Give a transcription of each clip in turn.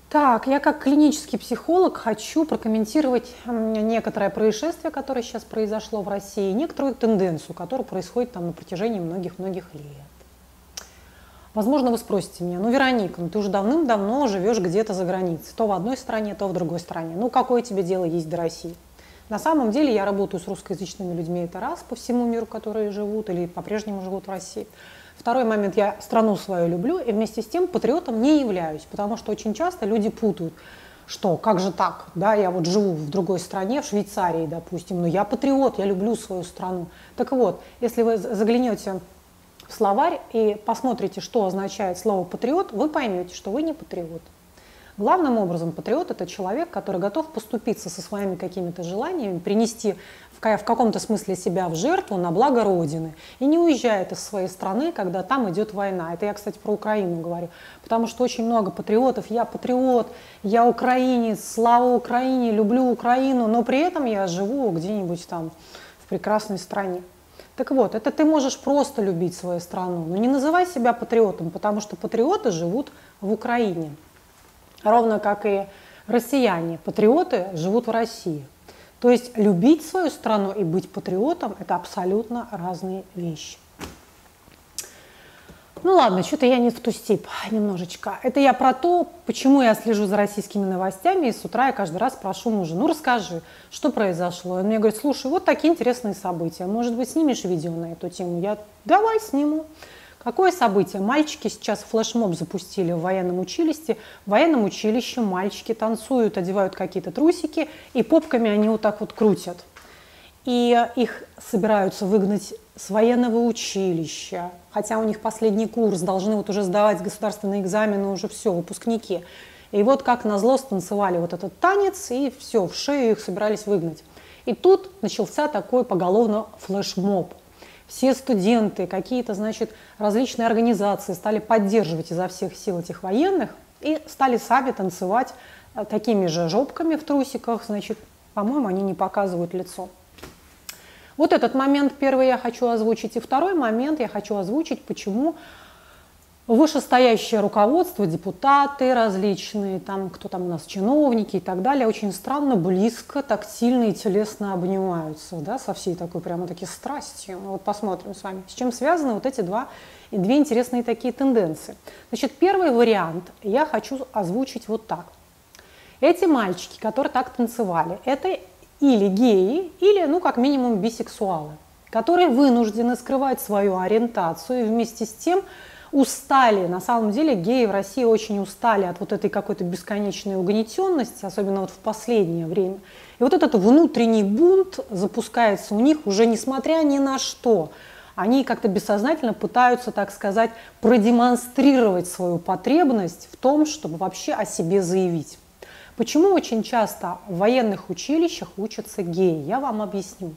Так, я как клинический психолог хочу прокомментировать некоторое происшествие, которое сейчас произошло в России, некоторую тенденцию, которая происходит там на протяжении многих-многих лет. Возможно, вы спросите меня: ну, Вероника, ну ты уже давным-давно живешь где-то за границей, то в одной стране, то в другой стране. Ну, какое тебе дело есть до России? На самом деле я работаю с русскоязычными людьми, это раз, по всему миру, которые живут или по-прежнему живут в России. Второй момент: я страну свою люблю и вместе с тем патриотом не являюсь, потому что очень часто люди путают, что как же так, да, я вот живу в другой стране, в Швейцарии, допустим, но я патриот, я люблю свою страну. Так вот, если вы заглянете в словарь и посмотрите, что означает слово «патриот», вы поймете, что вы не патриот. Главным образом патриот – это человек, который готов поступиться со своими какими-то желаниями, принести в каком-то смысле себя в жертву на благо Родины и не уезжает из своей страны, когда там идет война. Это я, кстати, про Украину говорю, потому что очень много патриотов. Я патриот, я украинец, слава Украине, люблю Украину, но при этом я живу где-нибудь там в прекрасной стране. Так вот, это ты можешь просто любить свою страну, но не называй себя патриотом, потому что патриоты живут в Украине. Ровно как и россияне, патриоты живут в России. То есть любить свою страну и быть патриотом – это абсолютно разные вещи. Ну ладно, что-то я не в ту степь немножечко. Это я про то, почему я слежу за российскими новостями, и с утра я каждый раз прошу мужа: ну расскажи, что произошло. Он мне говорит: слушай, вот такие интересные события, может быть, снимешь видео на эту тему? Я: давай сниму. Какое событие? Мальчики сейчас флешмоб запустили в военном училище. В военном училище мальчики танцуют, одевают какие-то трусики, и попками они вот так вот крутят. И их собираются выгнать с военного училища, хотя у них последний курс, должны вот уже сдавать государственные экзамены, уже все, выпускники. И вот как назло станцевали вот этот танец, и все, в шею их собирались выгнать. И тут начался такой поголовно флешмоб. Все студенты, какие-то, значит, различные организации стали поддерживать изо всех сил этих военных и стали сами танцевать такими же жопками в трусиках, значит, по-моему, они не показывают лицо. Вот этот момент первый я хочу озвучить. И второй момент я хочу озвучить, почему вышестоящее руководство, депутаты различные, там, кто там у нас, чиновники и так далее, очень странно, близко, тактильно и телесно обнимаются, да, со всей такой прямо-таки страстью. Мы вот посмотрим с вами, с чем связаны вот эти две интересные такие тенденции. Значит, первый вариант я хочу озвучить вот так. Эти мальчики, которые так танцевали, это или геи, или, ну, как минимум, бисексуалы, которые вынуждены скрывать свою ориентацию и вместе с тем устали. На самом деле геи в России очень устали от вот этой какой-то бесконечной угнетенности, особенно вот в последнее время. И вот этот внутренний бунт запускается у них уже несмотря ни на что. Они как-то бессознательно пытаются, так сказать, продемонстрировать свою потребность в том, чтобы вообще о себе заявить. Почему очень часто в военных училищах учатся геи? Я вам объясню.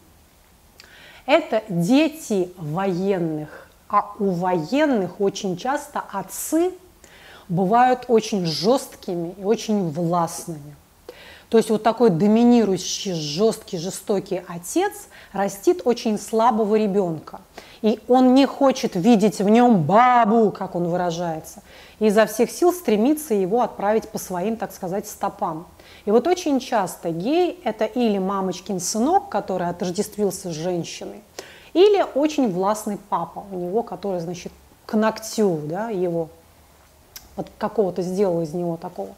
Это дети военных. А у военных очень часто отцы бывают очень жесткими и очень властными. То есть вот такой доминирующий, жесткий, жестокий отец растит очень слабого ребенка. И он не хочет видеть в нем бабу, как он выражается. И изо всех сил стремится его отправить по своим, так сказать, стопам. И вот очень часто гей – это или мамочкин сынок, который отождествился с женщиной, или очень властный папа у него, который, значит, к ногтю, да, его, вот какого-то сделал из него такого,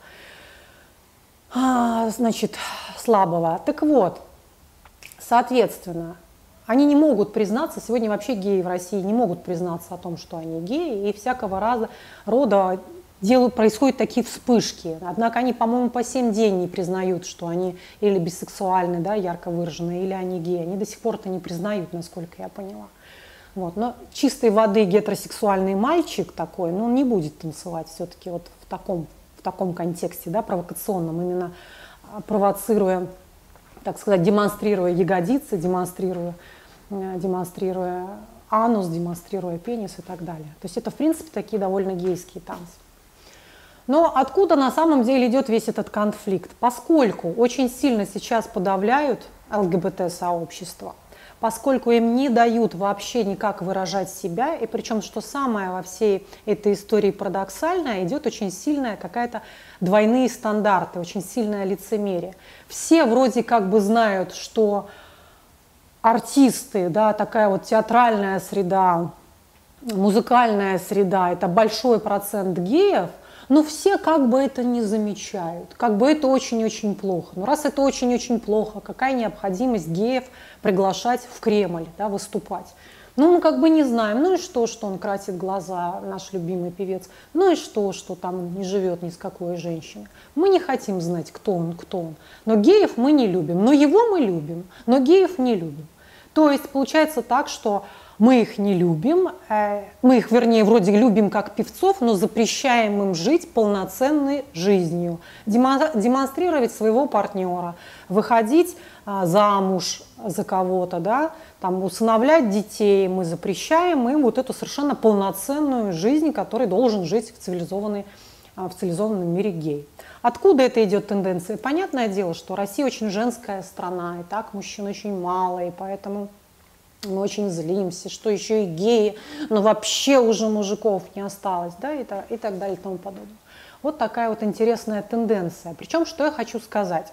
значит, слабого. Так вот, соответственно, они не могут признаться, сегодня вообще геи в России не могут признаться о том, что они геи, и всякого рода происходят такие вспышки. Однако они, по-моему, по 7 дней не признают, что они или бисексуальны, да, ярко выраженные, или они геи. Они до сих пор это не признают, насколько я поняла. Вот. Но чистой воды гетеросексуальный мальчик такой, ну, он не будет танцевать все-таки вот в таком контексте, да, провокационном, именно провоцируя, так сказать, демонстрируя ягодицы, демонстрируя анус, демонстрируя пенис и так далее. То есть это, в принципе, такие довольно гейские танцы. Но откуда на самом деле идет весь этот конфликт? Поскольку очень сильно сейчас подавляют ЛГБТ-сообщество, поскольку им не дают вообще никак выражать себя, и причем, что самое во всей этой истории парадоксальное, идет очень сильная какая-то двойные стандарты, очень сильное лицемерие. Все вроде как бы знают, что артисты, да, такая вот театральная среда, музыкальная среда, это большой процент геев, но все как бы это не замечают, как бы это очень-очень плохо. Но раз это очень-очень плохо, какая необходимость геев приглашать в Кремль, да, выступать? Ну, мы как бы не знаем, ну и что он красит глаза, наш любимый певец, ну и что там не живет ни с какой женщиной. Мы не хотим знать, кто он. Но геев мы не любим, но его мы любим, но геев не любим. То есть получается так, что мы их не любим, мы их, вернее, вроде любим как певцов, но запрещаем им жить полноценной жизнью, демонстрировать своего партнера, выходить замуж за кого-то, да, там, усыновлять детей. Мы запрещаем им вот эту совершенно полноценную жизнь, которой должен жить в цивилизованном мире гей. Откуда это идет тенденция? Понятное дело, что Россия очень женская страна, и так мужчин очень мало, и поэтому мы очень злимся, что еще и геи, но вообще уже мужиков не осталось, да, и так далее и тому подобное. Вот такая вот интересная тенденция. Причем, что я хочу сказать.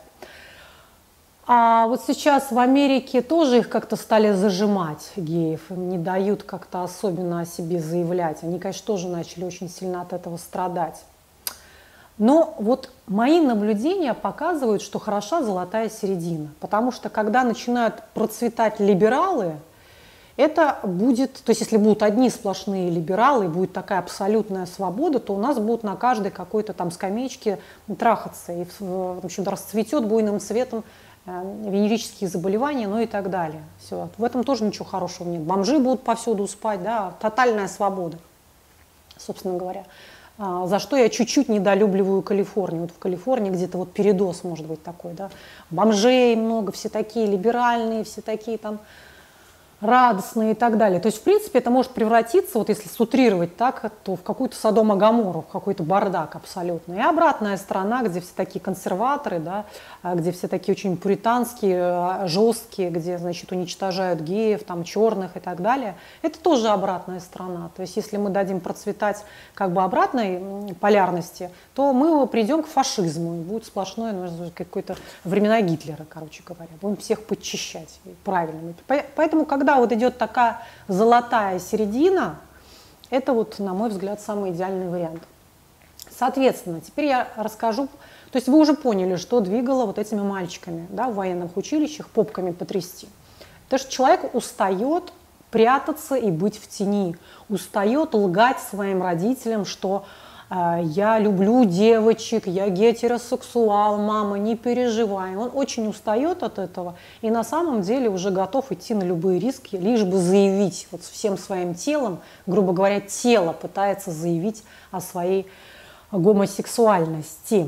А вот сейчас в Америке тоже их как-то стали зажимать, геев, им не дают как-то особенно о себе заявлять. Они, конечно, тоже начали очень сильно от этого страдать. Но вот мои наблюдения показывают, что хороша золотая середина. Потому что когда начинают процветать либералы, это будет, то есть если будут одни сплошные либералы, и будет такая абсолютная свобода, то у нас будут на каждой какой-то там скамеечке трахаться. И, в общем, расцветет буйным цветом венерические заболевания, ну и так далее. Все. В этом тоже ничего хорошего нет. Бомжи будут повсюду спать, да, тотальная свобода, собственно говоря. За что я чуть-чуть недолюбливаю Калифорнию. Вот в Калифорнии где-то вот передоз может быть такой, да. Бомжей много, все такие либеральные, все такие там радостные и так далее. То есть, в принципе, это может превратиться, вот если сутрировать так, то в какую-то Содом и Гоморру, в какой-то бардак абсолютно. И обратная сторона, где все такие консерваторы, да, где все такие очень пуританские, жесткие, где, значит, уничтожают геев, там, черных и так далее, это тоже обратная сторона. То есть, если мы дадим процветать как бы обратной полярности, то мы придем к фашизму, и будет сплошное, ну, какое-то времена Гитлера, короче говоря. Будем всех подчищать правильно. Поэтому, когда вот идет такая золотая середина, это вот, на мой взгляд, самый идеальный вариант. Соответственно, теперь я расскажу, то есть вы уже поняли, что двигало вот этими мальчиками, да, в военных училищах попками потрясти. Потому что человек устает прятаться и быть в тени, устает лгать своим родителям, что я люблю девочек, я гетеросексуал, мама, не переживай. Он очень устает от этого и на самом деле уже готов идти на любые риски, лишь бы заявить вот всем своим телом, грубо говоря, тело пытается заявить о своей гомосексуальности.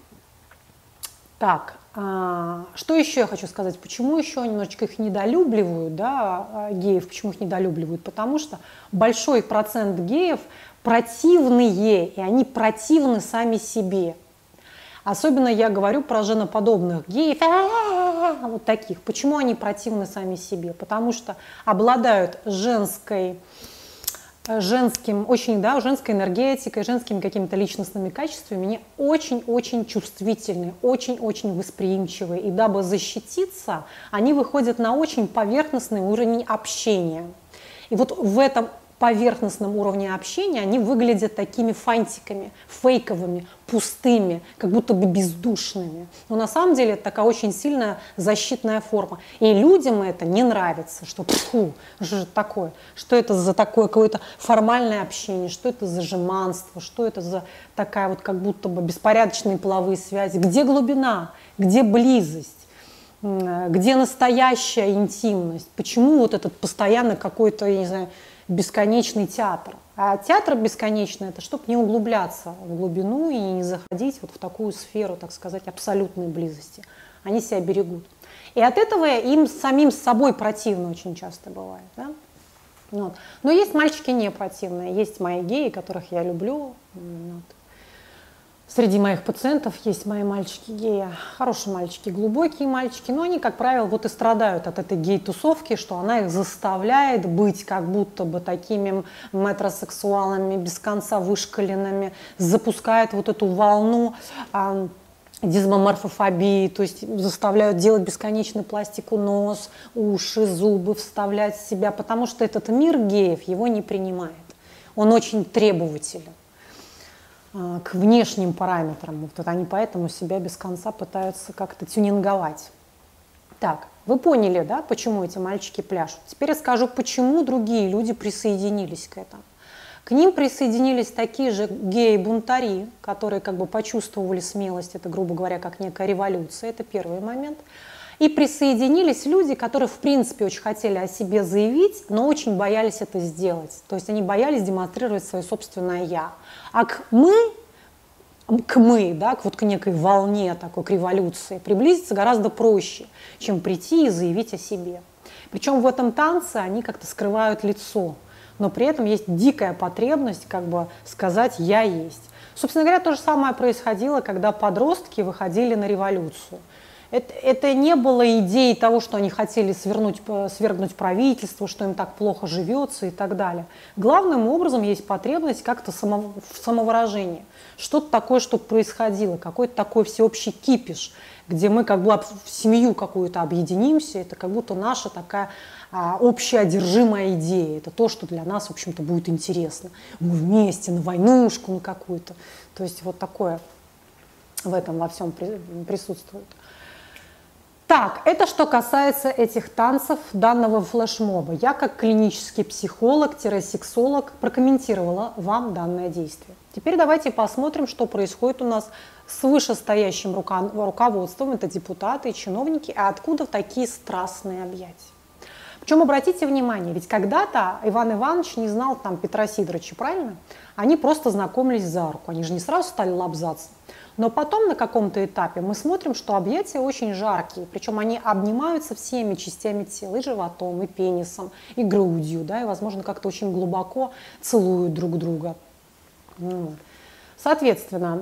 Так, что еще я хочу сказать? Почему еще немножечко их недолюбливают, да, геев, почему их недолюбливают? Потому что большой процент геев противные, и они противны сами себе. Особенно я говорю про женоподобных геев, вот таких. Почему они противны сами себе? Потому что обладают женской энергетикой, женскими какими-то личностными качествами, они очень-очень чувствительны, очень-очень восприимчивые. И дабы защититься, они выходят на очень поверхностный уровень общения. И вот в этом поверхностном уровне общения они выглядят такими фантиками, фейковыми, пустыми, как будто бы бездушными. Но на самом деле это такая очень сильная защитная форма. И людям это не нравится, что фу, что же такое, что это за такое какое-то формальное общение, что это за жеманство, что это за такая вот как будто бы беспорядочные половые связи. Где глубина, где близость? Где настоящая интимность? Почему вот этот постоянно какой-то, я не знаю, бесконечный театр? А театр бесконечный – это чтобы не углубляться в глубину и не заходить вот в такую сферу, так сказать, абсолютной близости. Они себя берегут. И от этого им самим с собой противно очень часто бывает. Да? Вот. Но есть мальчики не противные, есть мои геи, которых я люблю. Вот. Среди моих пациентов есть мои мальчики геи, хорошие мальчики, глубокие мальчики, но они, как правило, вот и страдают от этой гей-тусовки, что она их заставляет быть как будто бы такими метросексуалами, без конца вышкаленными, запускает вот эту волну дисмоморфофобии, то есть заставляют делать бесконечную пластику нос, уши, зубы, вставлять в себя, потому что этот мир геев его не принимает. Он очень требователен к внешним параметрам. Вот они поэтому себя без конца пытаются как-то тюнинговать. Так, вы поняли, да, почему эти мальчики пляшут? Теперь я скажу, почему другие люди присоединились к этому. К ним присоединились такие же геи-бунтари, которые как бы почувствовали смелость, это, грубо говоря, как некая революция, это первый момент. И присоединились люди, которые, в принципе, очень хотели о себе заявить, но очень боялись это сделать. То есть они боялись демонстрировать свое собственное «я». А к мы, да, вот к некой волне такой, к революции, приблизиться гораздо проще, чем прийти и заявить о себе. Причем в этом танце они как-то скрывают лицо, но при этом есть дикая потребность как бы сказать «я есть». Собственно говоря, то же самое происходило, когда подростки выходили на революцию. Это не было идеей того, что они хотели свергнуть правительство, что им так плохо живется и так далее. Главным образом есть потребность как-то в самовыражении. Что-то такое, что происходило, какой-то такой всеобщий кипиш, где мы как бы в семью какую-то объединимся, это как будто наша такая общая одержимая идея. Это то, что для нас, в общем-то, будет интересно. Мы вместе на войнушку на какую-то. То есть вот такое в этом во всем присутствует. Так, это что касается этих танцев данного флешмоба. Я как клинический психолог-сексолог прокомментировала вам данное действие. Теперь давайте посмотрим, что происходит у нас с вышестоящим руководством, это депутаты и чиновники, а откуда такие страстные объятия. Причем обратите внимание, ведь когда-то Иван Иванович не знал там Петра Сидоровича, правильно? Они просто знакомились за руку, они же не сразу стали лобзаться. Но потом на каком-то этапе мы смотрим, что объятия очень жаркие, причем они обнимаются всеми частями тела, и животом, и пенисом, и грудью, да, и, возможно, как-то очень глубоко целуют друг друга. Соответственно,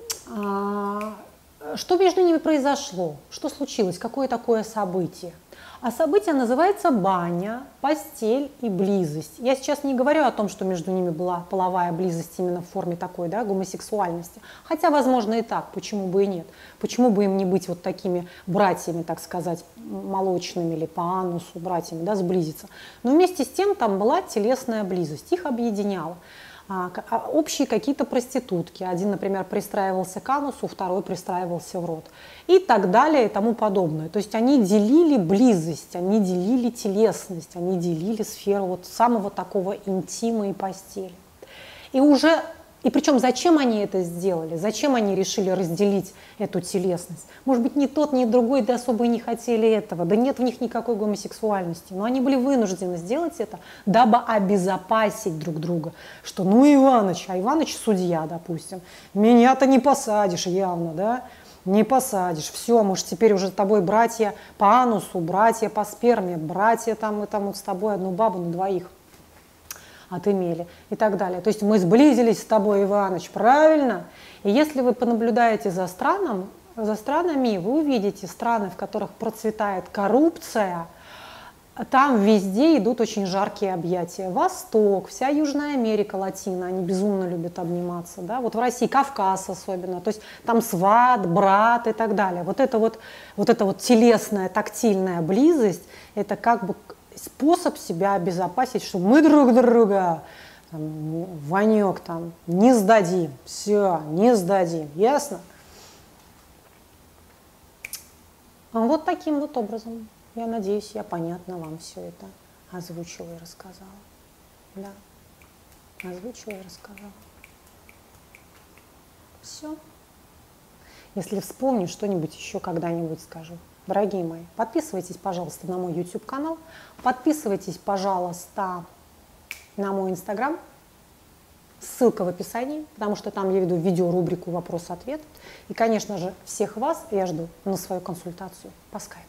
что между ними произошло? Что случилось? Какое такое событие? А событие называется баня, постель и близость. Я сейчас не говорю о том, что между ними была половая близость именно в форме такой, да, гомосексуальности. Хотя, возможно, и так, почему бы и нет. Почему бы им не быть вот такими братьями, так сказать, молочными или по анусу братьями, да, сблизиться. Но вместе с тем там была телесная близость, их объединяла. Общие какие-то проститутки. Один, например, пристраивался к анусу, второй пристраивался в рот. И так далее и тому подобное. То есть они делили близость, они делили телесность, они делили сферу вот самого такого интима и постели. И причем зачем они это сделали? Зачем они решили разделить эту телесность? Может быть, ни тот, ни другой да особо и не хотели этого. Да нет в них никакой гомосексуальности. Но они были вынуждены сделать это, дабы обезопасить друг друга. Что ну Иваныч, а Иваныч судья, допустим. Меня-то не посадишь явно, да? Не посадишь. Все, мы же теперь уже с тобой братья по анусу, братья по сперме, братья там, мы там вот с тобой одну бабу на двоих отымели и так далее. То есть мы сблизились с тобой, Иваныч, правильно? И если вы понаблюдаете за странами, вы увидите страны, в которых процветает коррупция, там везде идут очень жаркие объятия. Восток, вся Южная Америка, Латина, они безумно любят обниматься. Да? Вот в России, Кавказ особенно, то есть там сват, брат и так далее. Вот эта вот телесная, тактильная близость, это как бы способ себя обезопасить, что мы друг друга, там, Ванек, там, не сдадим, все, не сдадим, ясно? Вот таким вот образом, я надеюсь, я понятно вам все это озвучила и рассказала. Да, озвучила и рассказала. Все. Если вспомню, что-нибудь еще когда-нибудь скажу. Дорогие мои, подписывайтесь, пожалуйста, на мой YouTube-канал, подписывайтесь, пожалуйста, на мой Instagram, ссылка в описании, потому что там я веду видеорубрику «Вопрос-ответ». И, конечно же, всех вас я жду на свою консультацию по скайпу.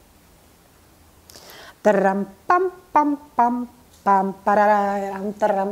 Тарам-пам-пам-пам-пам-парарам-тарам.